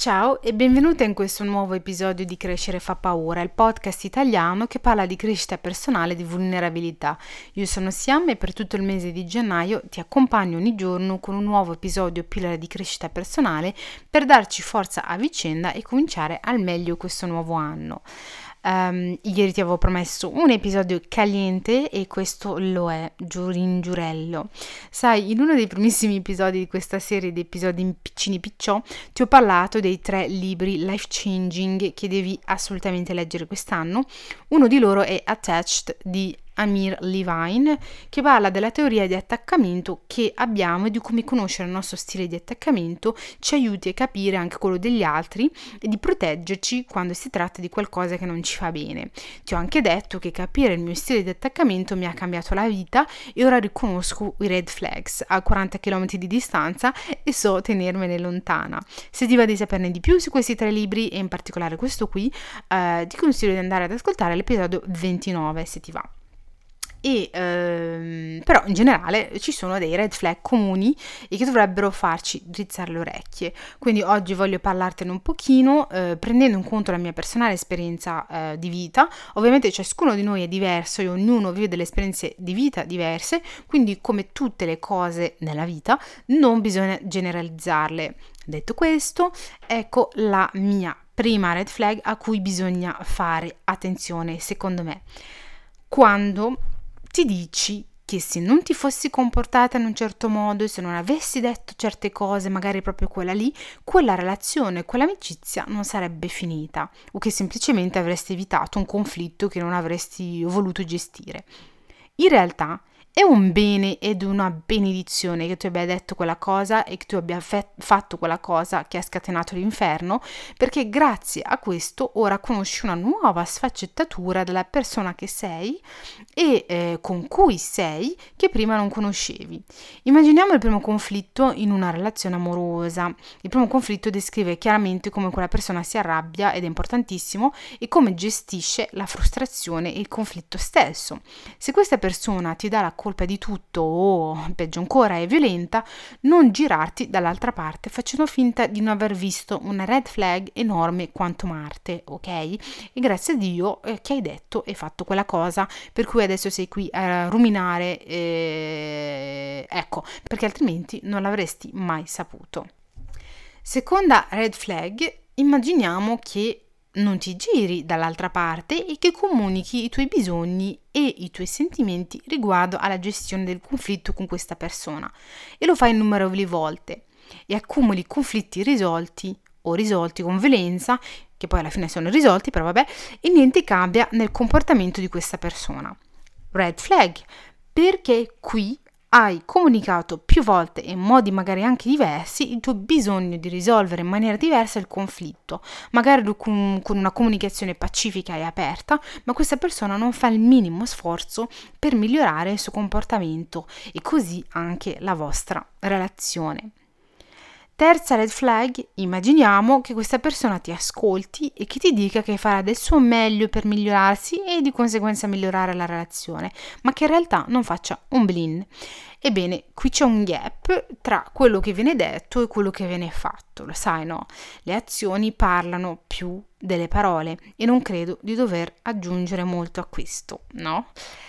Ciao e benvenuta in questo nuovo episodio di Crescere fa paura, il podcast italiano che parla di crescita personale e di vulnerabilità. Io sono Siam e per tutto il mese di gennaio ti accompagno ogni giorno con un nuovo episodio pillola di crescita personale per darci forza a vicenda e cominciare al meglio questo nuovo anno. Ieri ti avevo promesso un episodio caliente e questo lo è, giurello. Sai, in uno dei primissimi episodi di questa serie di episodi piccini picciò ti ho parlato dei 3 libri life changing che devi assolutamente leggere quest'anno. Uno di loro è Attached di Amir Levine, che parla della teoria di attaccamento che abbiamo e di come conoscere il nostro stile di attaccamento ci aiuti a capire anche quello degli altri e di proteggerci quando si tratta di qualcosa che non ci fa bene. Ti ho anche detto che capire il mio stile di attaccamento mi ha cambiato la vita e ora riconosco i red flags a 40 km di distanza e so tenermene lontana. Se ti va di saperne di più su questi 3 libri e in particolare questo qui, ti consiglio di andare ad ascoltare l'episodio 29 se ti va. Però in generale ci sono dei red flag comuni e che dovrebbero farci drizzare le orecchie. Quindi oggi voglio parlartene un pochino, prendendo in conto la mia personale esperienza di vita. Ovviamente ciascuno di noi è diverso e ognuno vive delle esperienze di vita diverse, quindi come tutte le cose nella vita non bisogna generalizzarle. Detto questo, ecco la mia prima red flag a cui bisogna fare attenzione, secondo me. Quando ti dici che se non ti fossi comportata in un certo modo, se non avessi detto certe cose, magari proprio quella lì, quella relazione, quell'amicizia non sarebbe finita, o che semplicemente avresti evitato un conflitto che non avresti voluto gestire. In realtà è un bene ed una benedizione che tu abbia detto quella cosa e che tu abbia fatto quella cosa che ha scatenato l'inferno, perché grazie a questo ora conosci una nuova sfaccettatura della persona che sei e con cui sei che prima non conoscevi. Immaginiamo il primo conflitto in una relazione amorosa. Il primo conflitto descrive chiaramente come quella persona si arrabbia, ed è importantissimo, e come gestisce la frustrazione e il conflitto stesso. Se questa persona ti dà la colpa di tutto o peggio ancora è violenta, non girarti dall'altra parte facendo finta di non aver visto una red flag enorme quanto Marte, ok? E grazie a Dio che hai detto e fatto quella cosa per cui adesso sei qui a ruminare, ecco, perché altrimenti non l'avresti mai saputo. Seconda red flag, immaginiamo che non ti giri dall'altra parte e che comunichi i tuoi bisogni e i tuoi sentimenti riguardo alla gestione del conflitto con questa persona e lo fai innumerevoli volte e accumuli conflitti risolti o risolti con violenza, che poi alla fine sono risolti, però vabbè, e niente cambia nel comportamento di questa persona. Red flag, perché qui hai comunicato più volte e in modi magari anche diversi il tuo bisogno di risolvere in maniera diversa il conflitto, magari con una comunicazione pacifica e aperta, ma questa persona non fa il minimo sforzo per migliorare il suo comportamento e così anche la vostra relazione. Terza red flag, immaginiamo che questa persona ti ascolti e che ti dica che farà del suo meglio per migliorarsi e di conseguenza migliorare la relazione, ma che in realtà non faccia un blin. Ebbene, qui c'è un gap tra quello che viene detto e quello che viene fatto, lo sai, no? Le azioni parlano più delle parole e non credo di dover aggiungere molto a questo, no?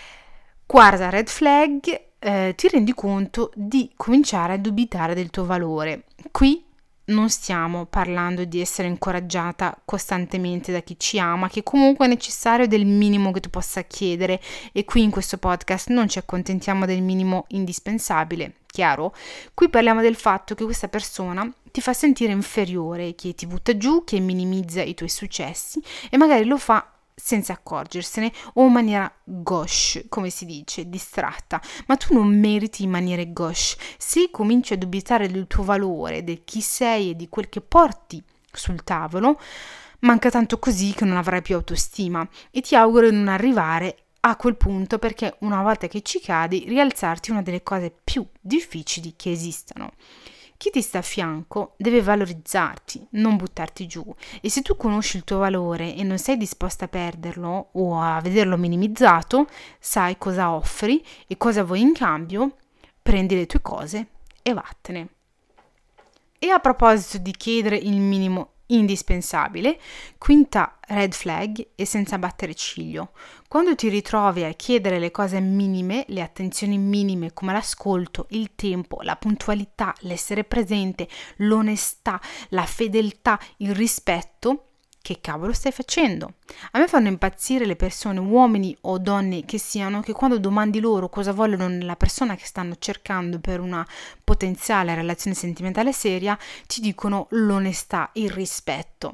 Quarta red flag, ti rendi conto di cominciare a dubitare del tuo valore. Qui non stiamo parlando di essere incoraggiata costantemente da chi ci ama, che comunque è necessario del minimo che tu possa chiedere, e qui in questo podcast non ci accontentiamo del minimo indispensabile, chiaro? Qui parliamo del fatto che questa persona ti fa sentire inferiore, che ti butta giù, che minimizza i tuoi successi e magari lo fa senza accorgersene o in maniera gauche, come si dice, distratta, ma tu non meriti in maniere gauche. Se cominci a dubitare del tuo valore, del chi sei e di quel che porti sul tavolo, manca tanto così che non avrai più autostima e ti auguro di non arrivare a quel punto, perché una volta che ci cadi, rialzarti è una delle cose più difficili che esistano. Chi ti sta a fianco deve valorizzarti, non buttarti giù, e se tu conosci il tuo valore e non sei disposta a perderlo o a vederlo minimizzato, sai cosa offri e cosa vuoi in cambio, prendi le tue cose e vattene. E a proposito di chiedere il minimo indispensabile. Quinta red flag, e senza battere ciglio. Quando ti ritrovi a chiedere le cose minime, le attenzioni minime come l'ascolto, il tempo, la puntualità, l'essere presente, l'onestà, la fedeltà, il rispetto, che cavolo stai facendo? A me fanno impazzire le persone, uomini o donne che siano, che quando domandi loro cosa vogliono nella persona che stanno cercando per una potenziale relazione sentimentale seria, ti dicono l'onestà, il rispetto.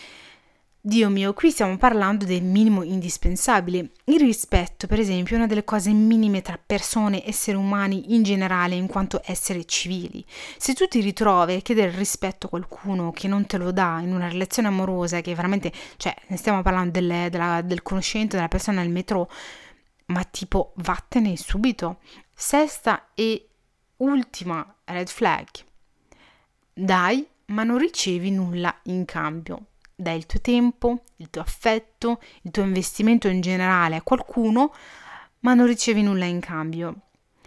Dio mio, qui stiamo parlando del minimo indispensabile. Il rispetto, per esempio, è una delle cose minime tra persone, esseri umani in generale, in quanto esseri civili. Se tu ti ritrovi a chiedere rispetto a qualcuno che non te lo dà in una relazione amorosa, che veramente, cioè, ne stiamo parlando del conoscente, della persona nel metro, ma tipo, vattene subito. Sesta e ultima red flag. Dai, ma non ricevi nulla in cambio. Dai il tuo tempo, il tuo affetto, il tuo investimento in generale a qualcuno, ma non ricevi nulla in cambio.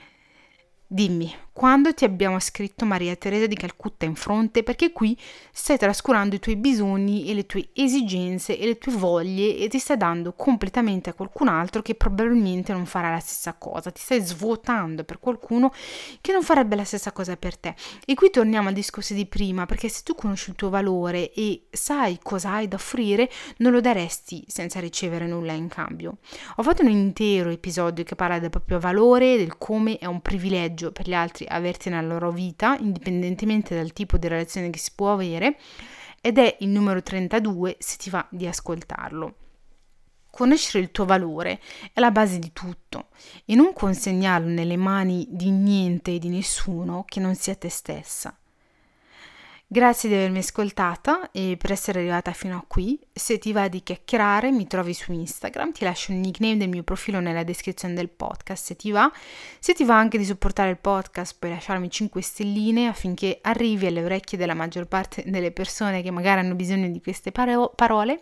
Dimmi, quando ti abbiamo scritto Maria Teresa di Calcutta in fronte? Perché qui stai trascurando i tuoi bisogni e le tue esigenze e le tue voglie e ti stai dando completamente a qualcun altro che probabilmente non farà la stessa cosa. Ti stai svuotando per qualcuno che non farebbe la stessa cosa per te. E qui torniamo al discorso di prima, perché se tu conosci il tuo valore e sai cosa hai da offrire, non lo daresti senza ricevere nulla in cambio. Ho fatto un intero episodio che parla del proprio valore, del come è un privilegio per gli altri averti nella loro vita, indipendentemente dal tipo di relazione che si può avere, ed è il numero 32 se ti va di ascoltarlo. Conoscere il tuo valore è la base di tutto e non consegnarlo nelle mani di niente e di nessuno che non sia te stessa. Grazie di avermi ascoltata e per essere arrivata fino a qui. Se ti va di chiacchierare mi trovi su Instagram, ti lascio il nickname del mio profilo nella descrizione del podcast se ti va. Se ti va anche di supportare il podcast puoi lasciarmi 5 stelline affinché arrivi alle orecchie della maggior parte delle persone che magari hanno bisogno di queste parole.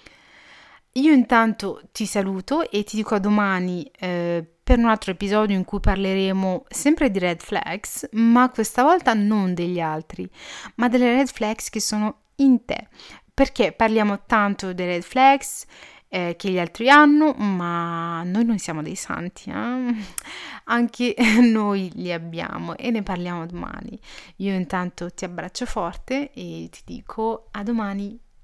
Io intanto ti saluto e ti dico a domani per un altro episodio in cui parleremo sempre di red flags, ma questa volta non degli altri, ma delle red flags che sono in te, perché parliamo tanto dei red flags che gli altri hanno, ma noi non siamo dei santi, anche noi li abbiamo e ne parliamo domani. Io intanto ti abbraccio forte e ti dico a domani.